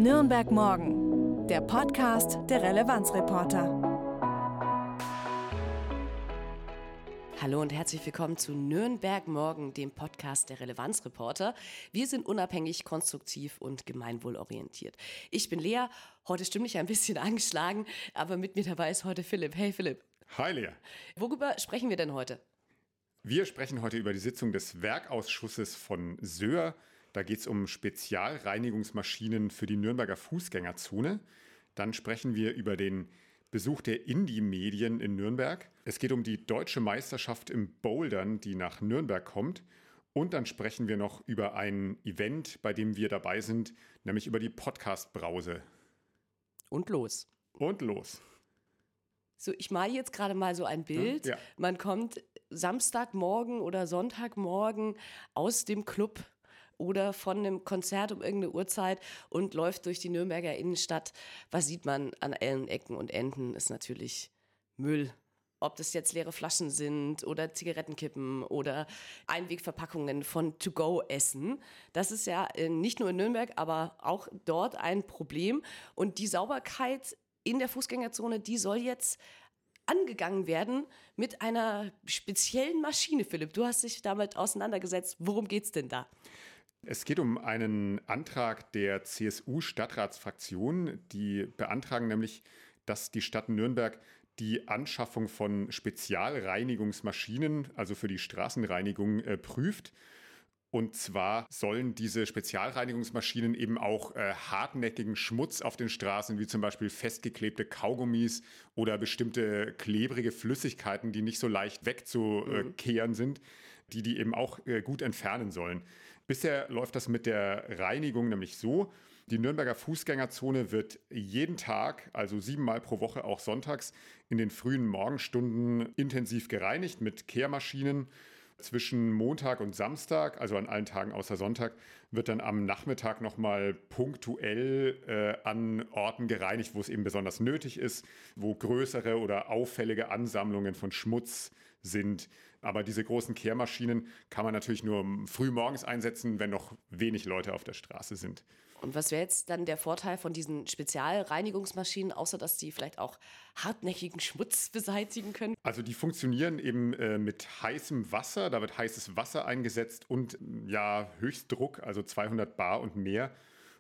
Nürnberg morgen, der Podcast der Relevanzreporter. Hallo und herzlich willkommen zu Nürnberg morgen, dem Podcast der Relevanzreporter. Wir sind unabhängig, konstruktiv und gemeinwohlorientiert. Ich bin Lea, heute stimmlich ein bisschen angeschlagen, aber mit mir dabei ist heute Philipp. Hey Philipp. Hi Lea. Worüber sprechen wir denn heute? Wir sprechen heute über die Sitzung des Werkausschusses von Söhr. Da geht es um Spezialreinigungsmaschinen für die Nürnberger Fußgängerzone. Dann sprechen wir über den Besuch der Indie-Medien in Nürnberg. Es geht um die deutsche Meisterschaft im Bouldern, die nach Nürnberg kommt. Und dann sprechen wir noch über ein Event, bei dem wir dabei sind, nämlich über die Podcast-Brause. Und los. Und los. So, ich male jetzt gerade mal so ein Bild. Ja. Man kommt Samstagmorgen oder Sonntagmorgen aus dem Club oder von einem Konzert um irgendeine Uhrzeit und läuft durch die Nürnberger Innenstadt. Was sieht man an allen Ecken und Enden, ist natürlich Müll. Ob das jetzt leere Flaschen sind oder Zigarettenkippen oder Einwegverpackungen von To-Go-Essen. Das ist ja nicht nur in Nürnberg, aber auch dort ein Problem. Und die Sauberkeit in der Fußgängerzone, die soll jetzt angegangen werden mit einer speziellen Maschine. Philipp, du hast dich damit auseinandergesetzt. Worum geht's denn da? Es geht um einen Antrag der CSU-Stadtratsfraktion. Die beantragen nämlich, dass die Stadt Nürnberg die Anschaffung von Spezialreinigungsmaschinen, also für die Straßenreinigung, prüft. Und zwar sollen diese Spezialreinigungsmaschinen eben auch hartnäckigen Schmutz auf den Straßen, wie zum Beispiel festgeklebte Kaugummis oder bestimmte klebrige Flüssigkeiten, die nicht so leicht wegzukehren sind, die eben auch gut entfernen sollen. Bisher läuft das mit der Reinigung nämlich so: Die Nürnberger Fußgängerzone wird jeden Tag, also 7-mal pro Woche, auch sonntags, in den frühen Morgenstunden intensiv gereinigt mit Kehrmaschinen. Zwischen Montag und Samstag, also an allen Tagen außer Sonntag, wird dann am Nachmittag nochmal punktuell an Orten gereinigt, wo es eben besonders nötig ist, wo größere oder auffällige Ansammlungen von Schmutz sind. Aber diese großen Kehrmaschinen kann man natürlich nur früh morgens einsetzen, wenn noch wenig Leute auf der Straße sind. Und was wäre jetzt dann der Vorteil von diesen Spezialreinigungsmaschinen, außer dass die vielleicht auch hartnäckigen Schmutz beseitigen können? Also die funktionieren eben mit heißem Wasser. Da wird heißes Wasser eingesetzt und Höchstdruck, also 200 Bar und mehr.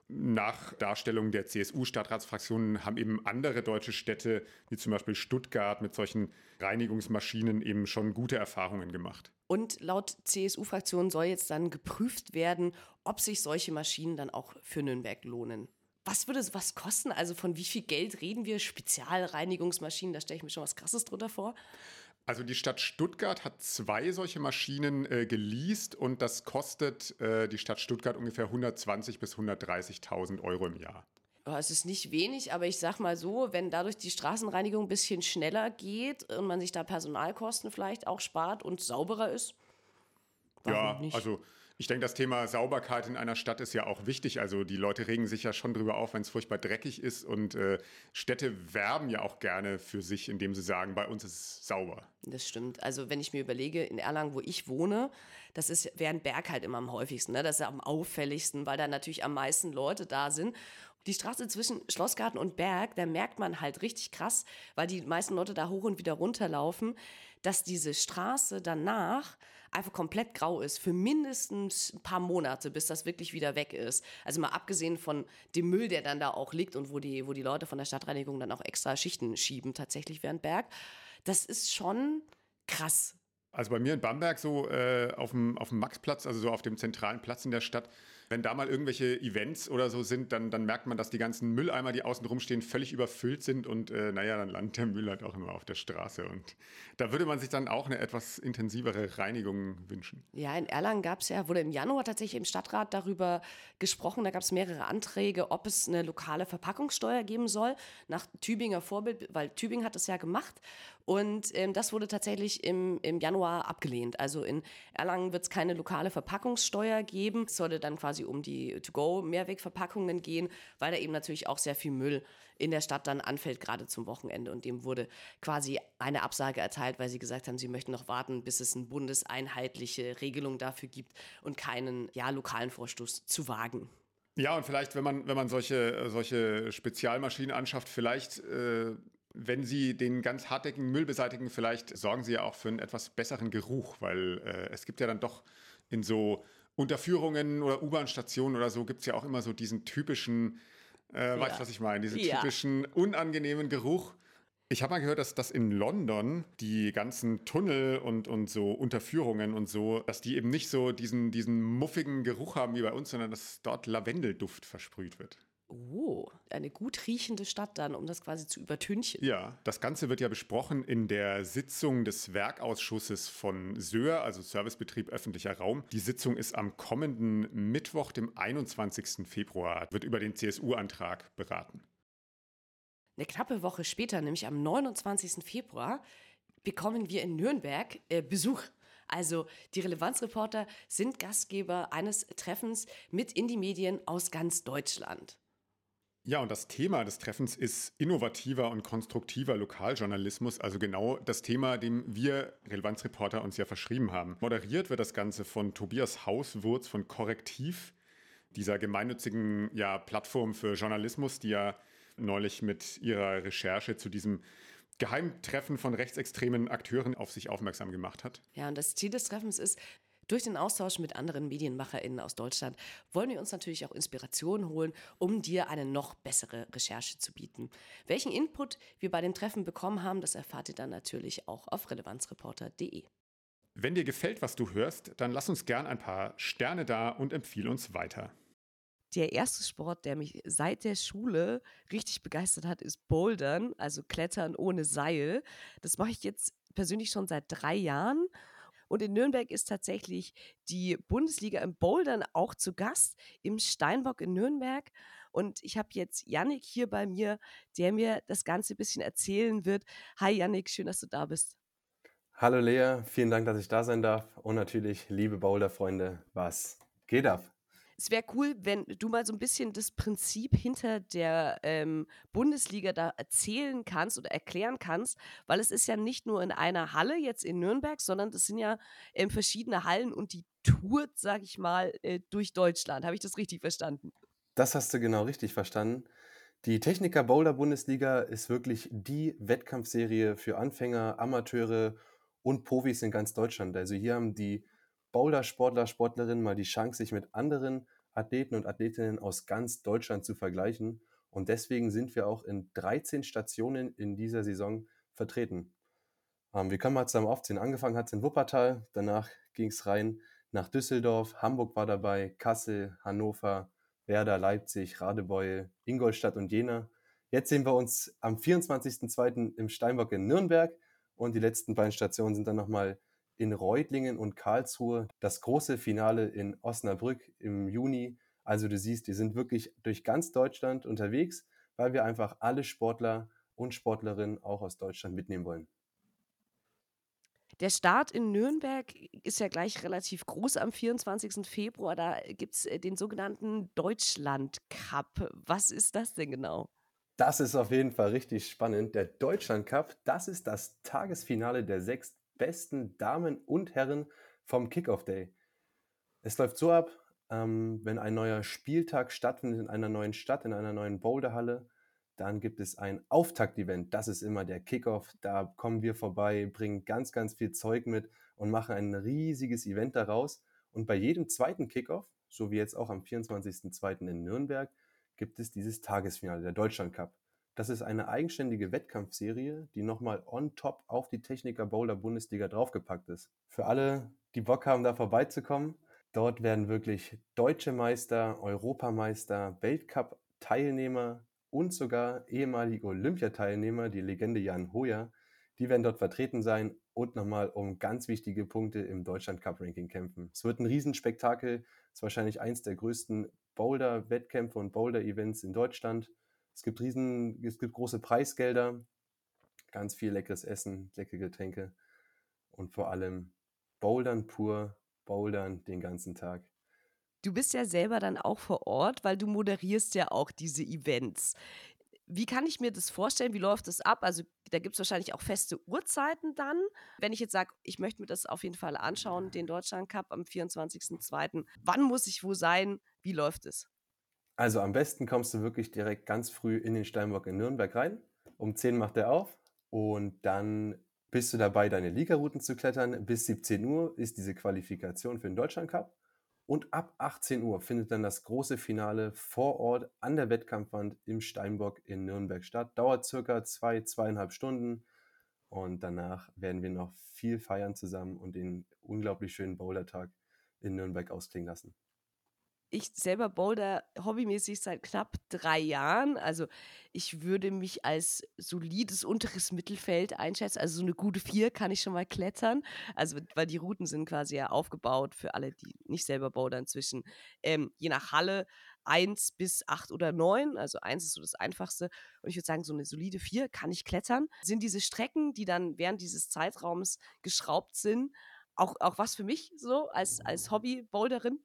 Nach Darstellung der CSU-Stadtratsfraktionen haben eben andere deutsche Städte, wie zum Beispiel Stuttgart, mit solchen Reinigungsmaschinen eben schon gute Erfahrungen gemacht. Und laut CSU-Fraktion soll jetzt dann geprüft werden, ob sich solche Maschinen dann auch für Nürnberg lohnen. Was würde sowas kosten? Also von wie viel Geld reden wir? Spezialreinigungsmaschinen, da stelle ich mir schon was Krasses drunter vor. Also die Stadt Stuttgart hat 2 solche Maschinen geleast und das kostet die Stadt Stuttgart ungefähr 120.000 bis 130.000 Euro im Jahr. Ja, es ist nicht wenig, aber ich sag mal so, wenn dadurch die Straßenreinigung ein bisschen schneller geht und man sich da Personalkosten vielleicht auch spart und sauberer ist, warum nicht? Also ich denke, das Thema Sauberkeit in einer Stadt ist ja auch wichtig. Also die Leute regen sich ja schon drüber auf, wenn es furchtbar dreckig ist. Und Städte werben ja auch gerne für sich, indem sie sagen, bei uns ist es sauber. Das stimmt. Also wenn ich mir überlege, in Erlangen, wo ich wohne, wäre ein Berg halt immer am häufigsten. Ne? Das ist ja am auffälligsten, weil da natürlich am meisten Leute da sind. Die Straße zwischen Schlossgarten und Berg, da merkt man halt richtig krass, weil die meisten Leute da hoch und wieder runterlaufen, dass diese Straße danach einfach komplett grau ist für mindestens ein paar Monate, bis das wirklich wieder weg ist. Also mal abgesehen von dem Müll, der dann da auch liegt und wo die Leute von der Stadtreinigung dann auch extra Schichten schieben, tatsächlich während Berg. Das ist schon krass. Also bei mir in Bamberg so auf dem Maxplatz, also so auf dem zentralen Platz in der Stadt, wenn da mal irgendwelche Events oder so sind, dann merkt man, dass die ganzen Mülleimer, die außen rumstehen, völlig überfüllt sind und dann landet der Müll halt auch immer auf der Straße. Und da würde man sich dann auch eine etwas intensivere Reinigung wünschen. Ja, in Erlangen wurde im Januar tatsächlich im Stadtrat darüber gesprochen, da gab es mehrere Anträge, ob es eine lokale Verpackungssteuer geben soll, nach Tübinger Vorbild, weil Tübingen hat es ja gemacht. Und das wurde tatsächlich im Januar abgelehnt. Also in Erlangen wird es keine lokale Verpackungssteuer geben. Es sollte dann quasi um die To-Go-Mehrwegverpackungen gehen, weil da eben natürlich auch sehr viel Müll in der Stadt dann anfällt, gerade zum Wochenende. Und dem wurde quasi eine Absage erteilt, weil sie gesagt haben, sie möchten noch warten, bis es eine bundeseinheitliche Regelung dafür gibt und keinen lokalen Vorstoß zu wagen. Ja, und vielleicht, wenn man solche Spezialmaschinen anschafft, vielleicht, wenn Sie den ganz hartnäckigen Müll beseitigen, vielleicht sorgen Sie ja auch für einen etwas besseren Geruch, weil es gibt ja dann doch in so Unterführungen oder U-Bahn-Stationen oder so, gibt es ja auch immer so diesen typischen, weißt du, Ja. was ich meine, diesen Ja. typischen unangenehmen Geruch. Ich habe mal gehört, dass in London die ganzen Tunnel und so Unterführungen und so, dass die eben nicht so diesen muffigen Geruch haben wie bei uns, sondern dass dort Lavendelduft versprüht wird. Oh, eine gut riechende Stadt dann, um das quasi zu übertünchen. Ja, das Ganze wird ja besprochen in der Sitzung des Werkausschusses von SÖR, also Servicebetrieb öffentlicher Raum. Die Sitzung ist am kommenden Mittwoch, dem 21. Februar, wird über den CSU-Antrag beraten. Eine knappe Woche später, nämlich am 29. Februar, bekommen wir in Nürnberg Besuch. Also die Relevanzreporter sind Gastgeber eines Treffens mit Indie-Medien aus ganz Deutschland. Ja, und das Thema des Treffens ist innovativer und konstruktiver Lokaljournalismus, also genau das Thema, dem wir Relevanzreporter uns ja verschrieben haben. Moderiert wird das Ganze von Tobias Hauswurz von Korrektiv, dieser gemeinnützigen Plattform für Journalismus, die ja neulich mit ihrer Recherche zu diesem Geheimtreffen von rechtsextremen Akteuren auf sich aufmerksam gemacht hat. Ja, und das Ziel des Treffens ist, durch den Austausch mit anderen MedienmacherInnen aus Deutschland wollen wir uns natürlich auch Inspiration holen, um dir eine noch bessere Recherche zu bieten. Welchen Input wir bei dem Treffen bekommen haben, das erfahrt ihr dann natürlich auch auf relevanzreporter.de. Wenn dir gefällt, was du hörst, dann lass uns gern ein paar Sterne da und empfiehl uns weiter. Der erste Sport, der mich seit der Schule richtig begeistert hat, ist Bouldern, also Klettern ohne Seil. Das mache ich jetzt persönlich schon seit 3 Jahren. Und in Nürnberg ist tatsächlich die Bundesliga im Bouldern auch zu Gast im Steinbock in Nürnberg. Und ich habe jetzt Yannick hier bei mir, der mir das Ganze ein bisschen erzählen wird. Hi Yannick, schön, dass du da bist. Hallo Lea, vielen Dank, dass ich da sein darf. Und natürlich, liebe Boulder-Freunde, was geht ab? Es wäre cool, wenn du mal so ein bisschen das Prinzip hinter der Bundesliga da erzählen kannst oder erklären kannst, weil es ist ja nicht nur in einer Halle jetzt in Nürnberg, sondern das sind ja verschiedene Hallen und die tourt, sage ich mal, durch Deutschland. Habe ich das richtig verstanden? Das hast du genau richtig verstanden. Die Techniker Boulder Bundesliga ist wirklich die Wettkampfserie für Anfänger, Amateure und Profis in ganz Deutschland. Also hier haben die Boulder-Sportler, Sportlerinnen mal die Chance, sich mit anderen Athleten und Athletinnen aus ganz Deutschland zu vergleichen. Und deswegen sind wir auch in 13 Stationen in dieser Saison vertreten. Wir können mal zusammen aufzählen. Angefangen hat es in Wuppertal, danach ging es rein nach Düsseldorf, Hamburg war dabei, Kassel, Hannover, Werder, Leipzig, Radebeul, Ingolstadt und Jena. Jetzt sehen wir uns am 24.02. im Steinbock in Nürnberg und die letzten beiden Stationen sind dann nochmal in Reutlingen und Karlsruhe. Das große Finale in Osnabrück im Juni. Also du siehst, wir sind wirklich durch ganz Deutschland unterwegs, weil wir einfach alle Sportler und Sportlerinnen auch aus Deutschland mitnehmen wollen. Der Start in Nürnberg ist ja gleich relativ groß am 24. Februar. Da gibt es den sogenannten Deutschland Cup. Was ist das denn genau? Das ist auf jeden Fall richtig spannend. Der Deutschland Cup, das ist das Tagesfinale der 6 besten Damen und Herren vom Kickoff Day. Es läuft so ab, wenn ein neuer Spieltag stattfindet in einer neuen Stadt, in einer neuen Boulderhalle, dann gibt es ein Auftaktevent. Das ist immer der Kickoff. Da kommen wir vorbei, bringen ganz, ganz viel Zeug mit und machen ein riesiges Event daraus. Und bei jedem zweiten Kickoff, so wie jetzt auch am 24.02. in Nürnberg, gibt es dieses Tagesfinale, der Deutschland Cup. Das ist eine eigenständige Wettkampfserie, die nochmal on top auf die Techniker Boulder Bundesliga draufgepackt ist. Für alle, die Bock haben, da vorbeizukommen, dort werden wirklich deutsche Meister, Europameister, Weltcup-Teilnehmer und sogar ehemalige Olympiateilnehmer, die Legende Jan Hoyer, die werden dort vertreten sein und nochmal um ganz wichtige Punkte im Deutschland-Cup-Ranking kämpfen. Es wird ein Riesenspektakel, es ist wahrscheinlich eins der größten Boulder-Wettkämpfe und Boulder-Events in Deutschland. Es gibt große Preisgelder, ganz viel leckeres Essen, leckere Getränke und vor allem Bouldern pur, Bouldern den ganzen Tag. Du bist ja selber dann auch vor Ort, weil du moderierst ja auch diese Events. Wie kann ich mir das vorstellen? Wie läuft das ab? Also da gibt es wahrscheinlich auch feste Uhrzeiten dann. Wenn ich jetzt sage, ich möchte mir das auf jeden Fall anschauen, den Deutschland Cup am 24.02. Wann muss ich wo sein? Wie läuft es? Also am besten kommst du wirklich direkt ganz früh in den Steinbock in Nürnberg rein. Um 10 macht er auf und dann bist du dabei, deine Ligarouten zu klettern. Bis 17 Uhr ist diese Qualifikation für den Deutschlandcup. Und ab 18 Uhr findet dann das große Finale vor Ort an der Wettkampfwand im Steinbock in Nürnberg statt. Dauert circa 2,5 Stunden. Und danach werden wir noch viel feiern zusammen und den unglaublich schönen Bouldertag in Nürnberg ausklingen lassen. Ich selber boulder hobbymäßig seit knapp 3 Jahren. Also ich würde mich als solides unteres Mittelfeld einschätzen. Also so eine gute 4 kann ich schon mal klettern. Also weil die Routen sind quasi ja aufgebaut für alle, die nicht selber bouldern, zwischen je nach Halle 1 bis 8 oder 9. Also 1 ist so das Einfachste. Und ich würde sagen, so eine solide 4 kann ich klettern. Sind diese Strecken, die dann während dieses Zeitraums geschraubt sind, auch was für mich so als Hobby-Boulderin?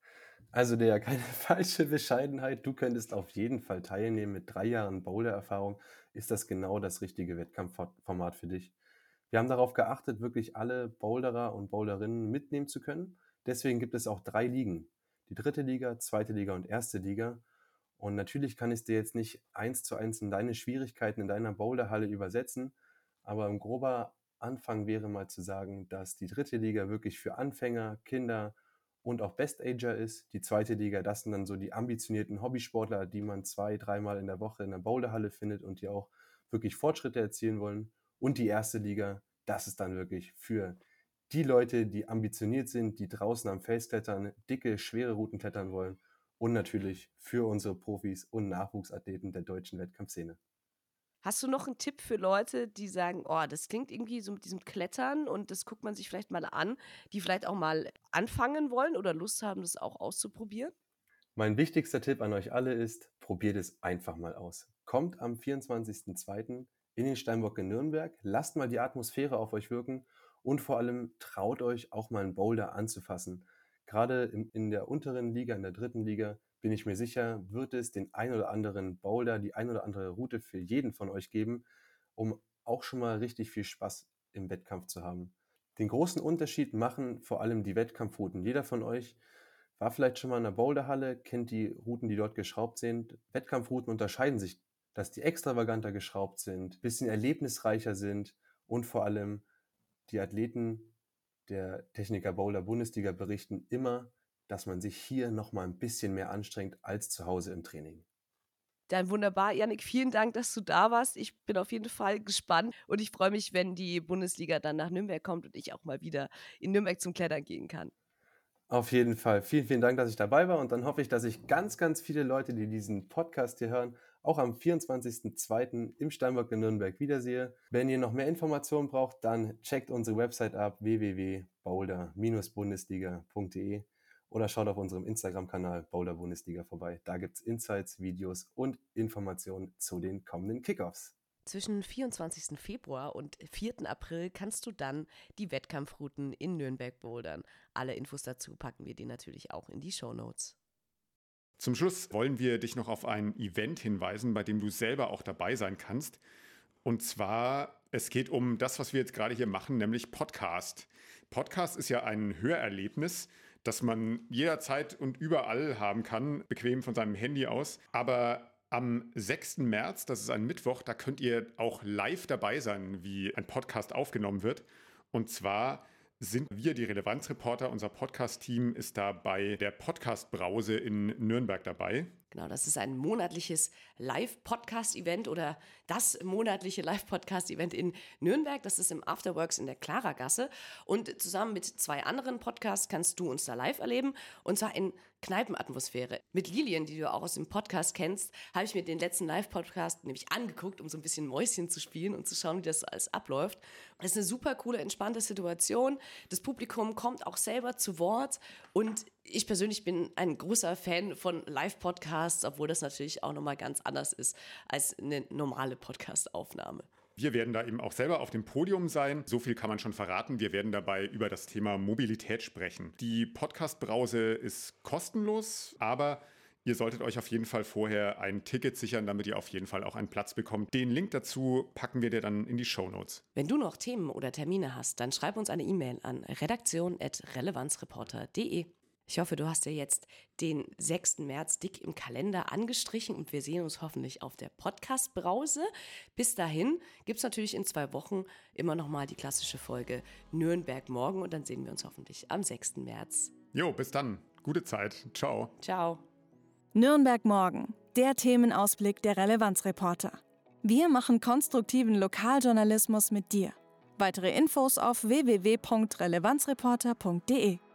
Also der keine falsche Bescheidenheit. Du könntest auf jeden Fall teilnehmen. Mit 3 Jahren Boulder-Erfahrung ist das genau das richtige Wettkampfformat für dich. Wir haben darauf geachtet, wirklich alle Boulderer und Boulderinnen mitnehmen zu können. Deswegen gibt es auch 3 Ligen. Die dritte Liga, zweite Liga und erste Liga. Und natürlich kann ich dir jetzt nicht 1:1 in deine Schwierigkeiten in deiner Boulderhalle übersetzen, aber ein grober Anfang wäre mal zu sagen, dass die dritte Liga wirklich für Anfänger, Kinder und auch Best-Ager ist. Die zweite Liga, das sind dann so die ambitionierten Hobbysportler, die man 2-3 Mal in der Woche in der Boulderhalle findet und die auch wirklich Fortschritte erzielen wollen. Und die erste Liga, das ist dann wirklich für die Leute, die ambitioniert sind, die draußen am Fels klettern, dicke, schwere Routen klettern wollen und natürlich für unsere Profis und Nachwuchsathleten der deutschen Wettkampfszene. Hast du noch einen Tipp für Leute, die sagen: „Oh, das klingt irgendwie so mit diesem Klettern und das guckt man sich vielleicht mal an“, die vielleicht auch mal anfangen wollen oder Lust haben, das auch auszuprobieren? Mein wichtigster Tipp an euch alle ist, probiert es einfach mal aus. Kommt am 24.02. in den Steinbock in Nürnberg, lasst mal die Atmosphäre auf euch wirken und vor allem traut euch auch mal einen Boulder anzufassen. Gerade in der unteren Liga, in der dritten Liga, bin ich mir sicher, wird es den ein oder anderen Boulder, die ein oder andere Route für jeden von euch geben, um auch schon mal richtig viel Spaß im Wettkampf zu haben. Den großen Unterschied machen vor allem die Wettkampfrouten. Jeder von euch war vielleicht schon mal in der Boulderhalle, kennt die Routen, die dort geschraubt sind. Wettkampfrouten unterscheiden sich, dass die extravaganter geschraubt sind, bisschen erlebnisreicher sind und vor allem die Athleten der Techniker Boulder Bundesliga berichten immer, dass man sich hier noch mal ein bisschen mehr anstrengt als zu Hause im Training. Dann wunderbar. Jannik, vielen Dank, dass du da warst. Ich bin auf jeden Fall gespannt und ich freue mich, wenn die Bundesliga dann nach Nürnberg kommt und ich auch mal wieder in Nürnberg zum Klettern gehen kann. Auf jeden Fall. Vielen, vielen Dank, dass ich dabei war. Und dann hoffe ich, dass ich ganz, ganz viele Leute, die diesen Podcast hier hören, auch am 24.02. im Steinbock in Nürnberg wiedersehe. Wenn ihr noch mehr Informationen braucht, dann checkt unsere Website ab www.boulder-bundesliga.de oder schaut auf unserem Instagram-Kanal Boulder Bundesliga vorbei. Da gibt es Insights, Videos und Informationen zu den kommenden Kickoffs. Zwischen 24. Februar und 4. April kannst du dann die Wettkampfrouten in Nürnberg bouldern. Alle Infos dazu packen wir dir natürlich auch in die Shownotes. Zum Schluss wollen wir dich noch auf ein Event hinweisen, bei dem du selber auch dabei sein kannst. Und zwar, es geht um das, was wir jetzt gerade hier machen, nämlich Podcast. Podcast ist ja ein Hörerlebnis, das man jederzeit und überall haben kann, bequem von seinem Handy aus. Aber am 6. März, das ist ein Mittwoch, da könnt ihr auch live dabei sein, wie ein Podcast aufgenommen wird. Und zwar sind wir die Relevanzreporter, unser Podcast-Team ist da bei der Podcast-Brause in Nürnberg dabei. Genau, das ist ein monatliches Live-Podcast-Event oder das monatliche Live-Podcast-Event in Nürnberg. Das ist im Afterworks in der Klaragasse. Und zusammen mit 2 anderen Podcasts kannst du uns da live erleben. Und zwar in Kneipenatmosphäre. Mit Lilian, die du auch aus dem Podcast kennst, habe ich mir den letzten Live-Podcast nämlich angeguckt, um so ein bisschen Mäuschen zu spielen und zu schauen, wie das alles abläuft. Und das ist eine super coole, entspannte Situation. Das Publikum kommt auch selber zu Wort. Und ich persönlich bin ein großer Fan von Live-Podcasts, obwohl das natürlich auch nochmal ganz anders ist als eine normale Podcast-Aufnahme. Wir werden da eben auch selber auf dem Podium sein. So viel kann man schon verraten. Wir werden dabei über das Thema Mobilität sprechen. Die Podcast-Brause ist kostenlos, aber ihr solltet euch auf jeden Fall vorher ein Ticket sichern, damit ihr auf jeden Fall auch einen Platz bekommt. Den Link dazu packen wir dir dann in die Shownotes. Wenn du noch Themen oder Termine hast, dann schreib uns eine E-Mail an redaktion@relevanzreporter.de. Ich hoffe, du hast dir jetzt den 6. März dick im Kalender angestrichen und wir sehen uns hoffentlich auf der Podcast-Brause. Bis dahin gibt es natürlich in 2 Wochen immer noch mal die klassische Folge Nürnberg morgen und dann sehen wir uns hoffentlich am 6. März. Jo, bis dann. Gute Zeit. Ciao. Ciao. Nürnberg morgen, der Themenausblick der Relevanzreporter. Wir machen konstruktiven Lokaljournalismus mit dir. Weitere Infos auf www.relevanzreporter.de.